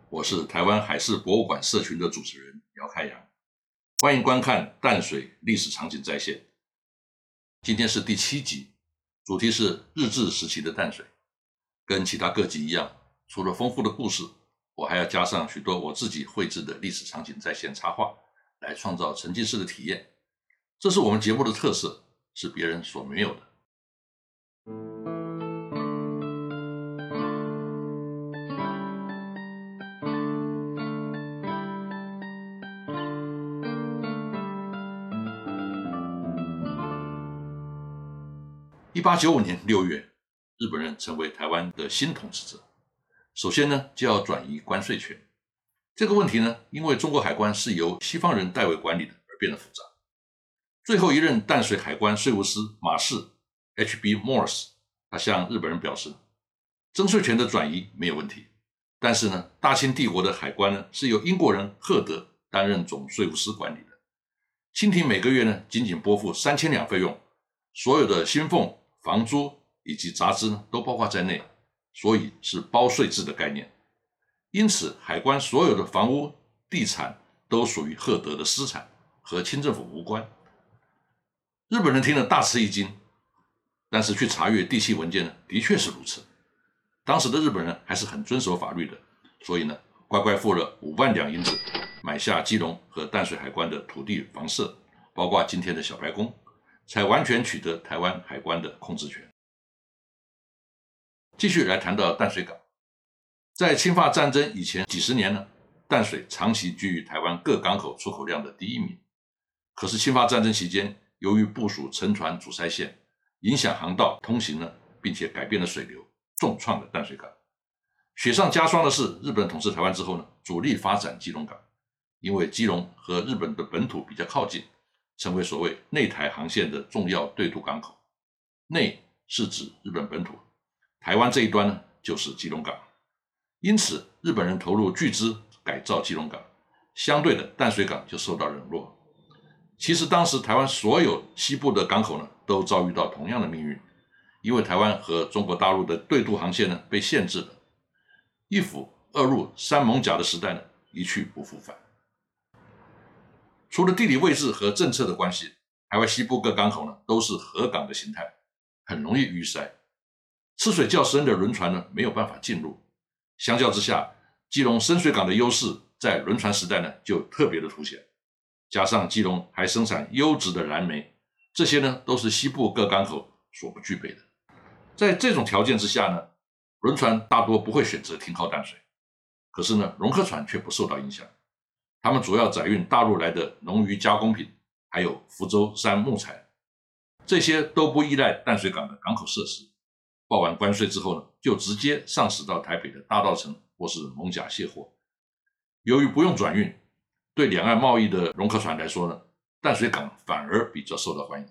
我是台湾海事博物馆社群的主持人姚开阳，欢迎观看淡水历史场景再现。今天是第7集，主题是日治时期的淡水。跟其他各集一样，除了丰富的故事，我还要加上许多我自己绘制的历史场景再现插画，来创造沉浸式的体验。这是我们节目的特色，是别人所没有的。1895年6月，日本人成为台湾的新统治者。首先呢，就要转移关税权。这个问题呢，因为中国海关是由西方人代为管理的，而变得复杂。最后一任淡水海关税务司马氏 H.B. Morse， 他向日本人表示，征税权的转移没有问题，但是呢，大清帝国的海关呢，是由英国人赫德担任总税务司管理的。清廷每个月呢，仅仅拨付3000两费用，所有的薪俸、房租以及杂支呢，都包括在内，所以是包税制的概念。因此，海关所有的房屋、地产都属于赫德的私产，和清政府无关。日本人听了大吃一惊，但是去查阅地契文件呢，的确是如此。当时的日本人还是很遵守法律的，所以呢，乖乖付了5万两银子，买下基隆和淡水海关的土地房舍，包括今天的小白宫，才完全取得台湾海关的控制权。继续来谈到淡水港。在清法战争以前几十年呢，淡水长期居于台湾各港口出口量的第1名。可是清法战争期间，由于部署沉船阻塞线，影响航道通行呢，并且改变了水流，重创了淡水港。雪上加霜的是，日本统治台湾之后呢，主力发展基隆港，因为基隆和日本的本土比较靠近，成为所谓内台航线的重要对渡港口。内是指日本本土，台湾这一端呢，就是基隆港。因此，日本人投入巨资改造基隆港，相对的淡水港就受到冷落。其实当时台湾所有西部的港口呢，都遭遇到同样的命运，因为台湾和中国大陆的对渡航线呢，被限制了。一府二入三艋甲的时代呢，一去不复返。除了地理位置和政策的关系，台湾西部各港口呢，都是河港的形态，很容易淤塞。吃水较深的轮船呢，没有办法进入。相较之下，基隆深水港的优势在轮船时代呢，就特别的凸显。加上基隆还生产优质的蓝莓，这些呢，都是西部各港口所不具备的。在这种条件之下呢，轮船大多不会选择停靠淡水。可是呢，容客船却不受到影响。他们主要载运大陆来的农渔加工品，还有福州山木材，这些都不依赖淡水港的港口设施。报完关税之后呢，就直接上驶到台北的大稻埕或是艋甲卸货。由于不用转运，对两岸贸易的容客船来说呢，淡水港反而比较受到欢迎。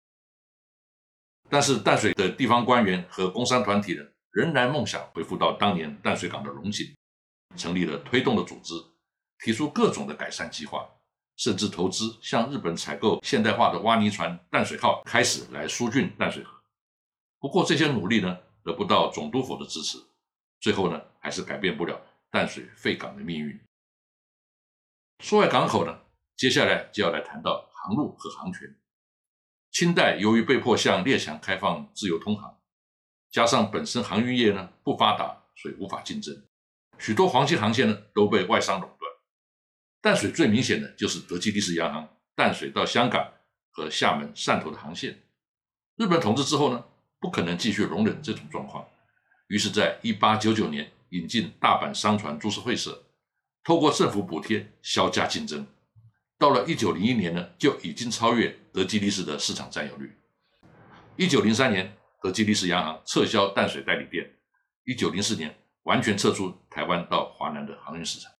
但是淡水的地方官员和工商团体呢，仍然梦想恢复到当年淡水港的荣景，成立了推动的组织，提出各种的改善计划，甚至投资向日本采购现代化的挖泥船淡水号，开始来疏浚淡水河。不过这些努力呢，得不到总督府的支持，最后呢，还是改变不了淡水废港的命运。说完港口呢，接下来就要来谈到航路和航权。清代由于被迫向列强开放自由通航，加上本身航运业呢不发达，所以无法竞争，许多黄金航线呢都被外商垄断。淡水最明显的就是德基利士洋行淡水到香港和厦门、汕头的航线。日本统治之后呢，不可能继续容忍这种状况，于是在1899年引进大阪商船株式会社，透过政府补贴削价竞争。到了1901年呢，就已经超越德基利士的市场占有率。1903年，德基利士洋行撤销淡水代理店，1904年完全撤出台湾到华南的航运市场。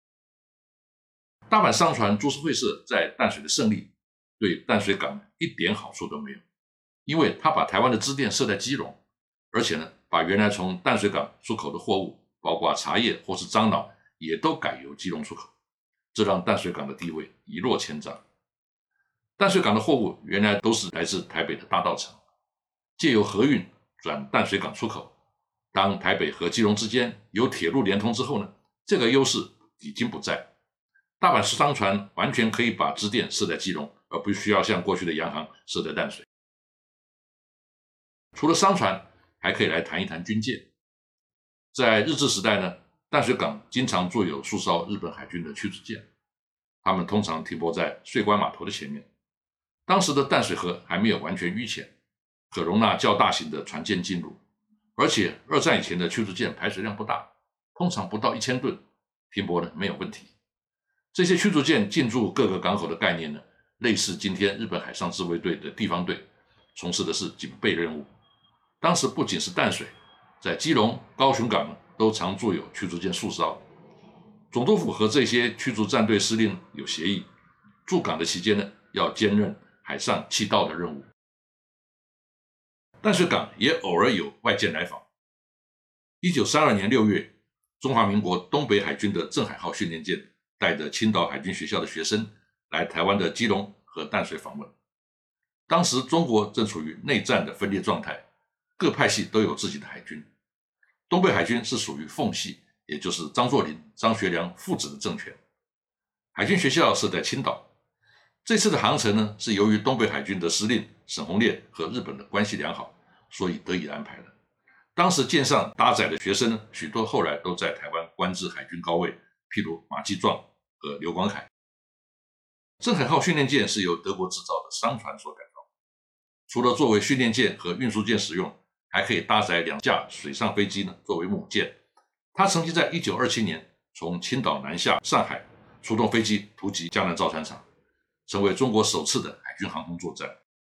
大阪商船株式会社在淡水的胜利，对淡水港一点好处都没有，因为他把台湾的支店设在基隆，而且呢，把原来从淡水港出口的货物，包括茶叶或是樟脑，也都改由基隆出口，这让淡水港的地位一落千丈。淡水港的货物原来都是来自台北的大稻埕，借由河运转淡水港出口。当台北和基隆之间有铁路连通之后呢， 这个优势已经不在。大阪商船完全可以把支店设在基隆，而不需要像过去的洋行设在淡水。除了商船，还可以来谈一谈军舰。在日治时代呢，淡水港经常驻有数艘日本海军的驱逐舰，他们通常停泊在税关码头的前面。当时的淡水河还没有完全淤浅，可容纳较大型的船舰进入，而且二战以前的驱逐舰排水量不大，通常不到1000吨，停泊呢没有问题。这些驱逐舰进驻各个港口的概念呢，类似今天日本海上自卫队的地方队，从事的是警备任务。当时不仅是淡水，在基隆、高雄港都常驻有驱逐舰数艘。总督府和这些驱逐战队司令有协议，驻港的期间呢，要兼任海上气道的任务。淡水港也偶尔有外舰来访。1932年6月，中华民国东北海军的镇海号训练舰带着青岛海军学校的学生来台湾的基隆和淡水访问。当时中国正处于内战的分裂状态，各派系都有自己的海军。东北海军是属于奉系，也就是张作霖、张学良父子的政权。海军学校设在青岛。这次的航程呢，是由于东北海军的司令沈鸿烈和日本的关系良好，所以得以安排的。当时舰上搭载的学生呢，许多后来都在台湾官至海军高位，譬如马继壮和刘光凯。镇海号训练舰是由德国制造的商船所改造，除了作为训练舰和运输舰使用，还可以搭载2架水上飞机呢，作为母舰。它曾经在1927年从青岛南下上海，出动飞机突击江南造船厂，成为中国首次的海军航空作战。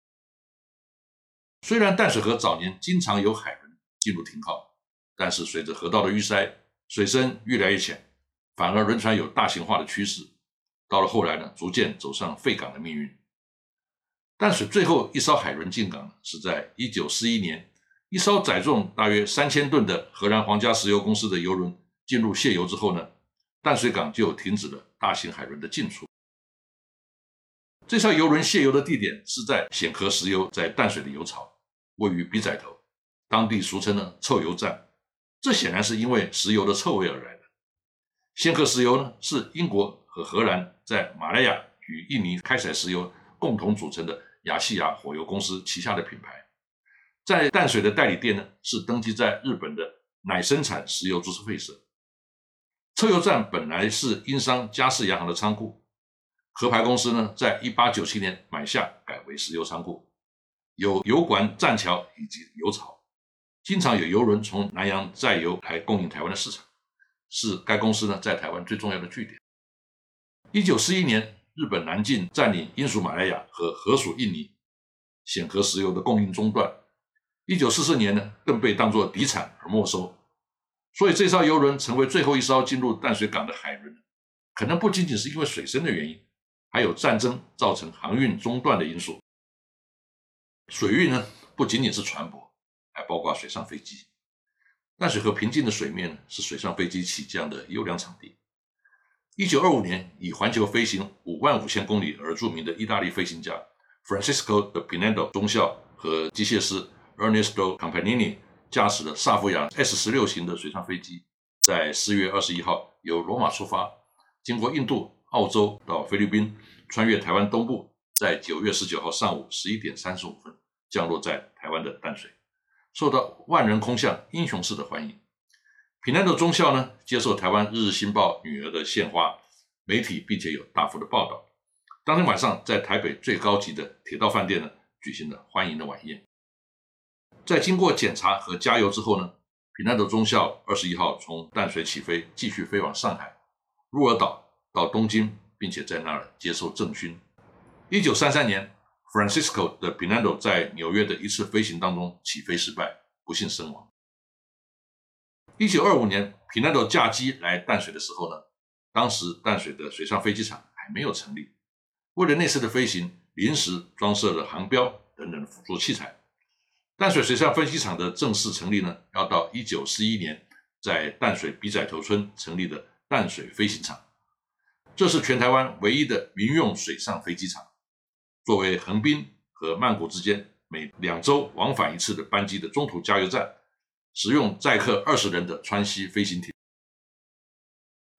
虽然淡水河早年经常有海轮进入停靠，但是随着河道的淤塞，水深越来越浅，反而轮船有大型化的趋势。到了后来呢，逐渐走上废港的命运。淡水最后一艘海轮进港是在1941年，一艘载重大约3000吨的荷兰皇家石油公司的油轮进入卸油之后呢，淡水港就停止了大型海轮的进出。这艘油轮卸油的地点是在显河石油在淡水的油槽，位于笔仔头，当地俗称呢臭油站。这显然是因为石油的臭味而来的。显河石油呢是英国和荷兰在马来亚与印尼开采石油共同组成的亚细亚火油公司旗下的品牌。在淡水的代理店呢是登记在日本的乃生产石油株式会社。臭油站本来是英商嘉士洋行的仓库，壳牌公司呢在1897年买下，改为石油仓库，有油管、栈桥以及油槽，经常有油轮从南洋载油来供应台湾的市场，是该公司呢在台湾最重要的据点。1941年，日本南进占领英属马来亚和荷属印尼，显河石油的供应中断。1944年呢，更被当作敌产而没收。所以这艘油轮成为最后一艘进入淡水港的海轮，可能不仅仅是因为水深的原因，还有战争造成航运中断的因素。水运呢，不仅仅是船舶，还包括水上飞机。淡水河平静的水面是水上飞机起降的优良场地。1925年，以环球飞行55000公里而著名的意大利飞行家 Francisco de Pinedo 中校和机械师 Ernesto Campanini 驾驶了萨伏亚 S16 型的水上飞机，在4月21号由罗马出发，经过印度、澳洲到菲律宾，穿越台湾东部，在9月19号上午11点35分降落在台湾的淡水，受到万人空巷、英雄式的欢迎。Pinedo 中校呢，接受台湾《日日新报》女儿的献花，媒体并且有大幅的报道。当天晚上，在台北最高级的铁道饭店呢，举行了欢迎的晚宴。在经过检查和加油之后呢，Pinedo 中校21号从淡水起飞，继续飞往上海、鹿儿岛到东京，并且在那儿接受政训。1933年 ，Francisco de Pinedo 在纽约的一次飞行当中起飞失败，不幸身亡。1925年 ，Pinedo 驾机来淡水的时候呢，当时淡水的水上飞机场还没有成立，为了那次的飞行，临时装设了航标等等辅助器材。淡水水上飞机场的正式成立呢，要到1941年在淡水笔仔头村成立的淡水飞行场，这是全台湾唯一的民用水上飞机场，作为横滨和曼谷之间每2周往返一次的班机的中途加油站，使用载客20人的川西飞行艇。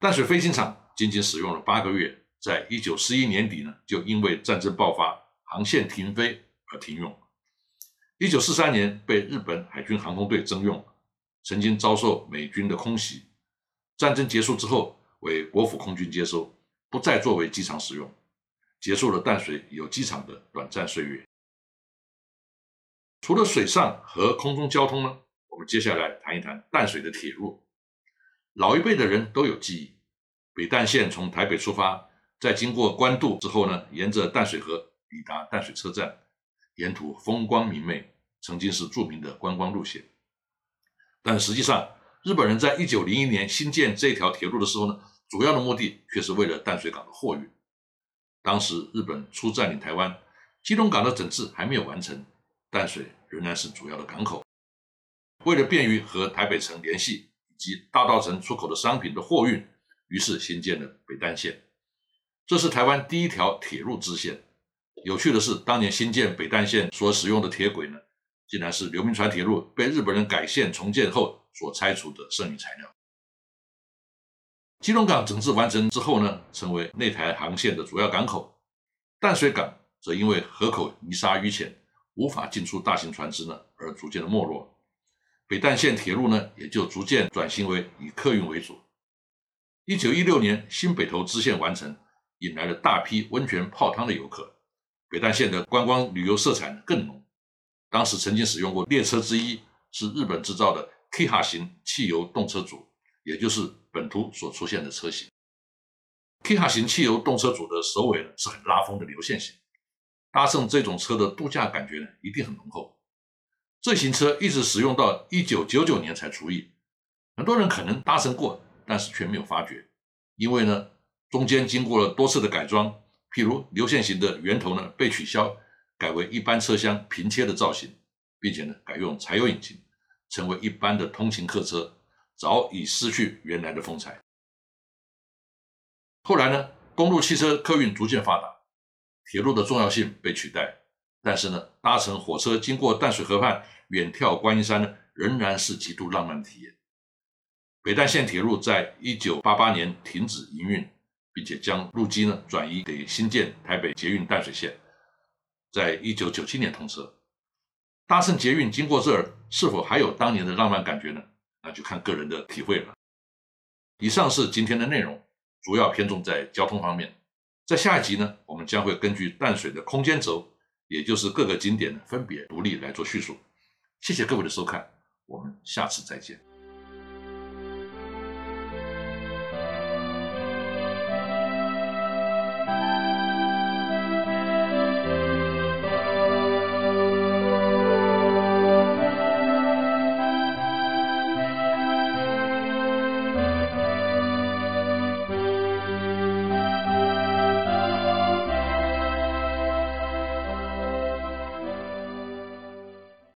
淡水飞机场仅仅使用了8个月，在1941年底呢，就因为战争爆发，航线停飞而停用。1943年被日本海军航空队征用，曾经遭受美军的空袭。战争结束之后，为国府空军接收，不再作为机场使用，结束了淡水有机场的短暂岁月。除了水上和空中交通呢，我们接下来谈一谈淡水的铁路。老一辈的人都有记忆，北淡线从台北出发，在经过关渡之后呢，沿着淡水河抵达淡水车站，沿途风光明媚，曾经是著名的观光路线。但实际上，日本人在1901年新建这条铁路的时候呢，主要的目的却是为了淡水港的货运。当时日本初占领台湾，基隆港的整治还没有完成，淡水仍然是主要的港口。为了便于和台北城联系以及大稻埕出口的商品的货运，于是新建了北淡线。这是台湾第一条铁路支线。有趣的是，当年新建北淡线所使用的铁轨呢，竟然是刘铭传铁路被日本人改线重建后所拆除的剩余材料。基隆港整治完成之后呢，成为内台航线的主要港口。淡水港则因为河口泥沙淤浅，无法进出大型船只呢，而逐渐的没落。北淡线铁路呢，也就逐渐转型为以客运为主。1916年新北投支线完成，引来了大批温泉泡汤的游客，北淡线的观光旅游色彩更浓。当时曾经使用过列车之一是日本制造的 Kiha 型汽油动车组，也就是本图所出现的车型。Kiha 型汽油动车组的首尾呢是很拉风的流线型，搭乘这种车的度假感觉呢一定很浓厚。这型车一直使用到1999年才除役，很多人可能搭乘过，但是却没有发觉，因为呢中间经过了多次的改装，譬如流线型的圆头呢被取消，改为一般车厢平切的造型，并且呢改用柴油引擎，成为一般的通勤客车，早已失去原来的风采。后来呢，公路汽车客运逐渐发达，铁路的重要性被取代，但是呢，搭乘火车经过淡水河畔远眺观音山呢，仍然是极度浪漫的体验。北淡线铁路在1988年停止营运，并且将路基呢转移给新建台北捷运淡水线，在1997年通车。搭乘捷运经过这儿，是否还有当年的浪漫感觉呢？那就看个人的体会了。以上是今天的内容，主要偏重在交通方面。在下一集呢，我们将会根据淡水的空间轴，也就是各个景点分别独立来做叙述。谢谢各位的收看，我们下次再见。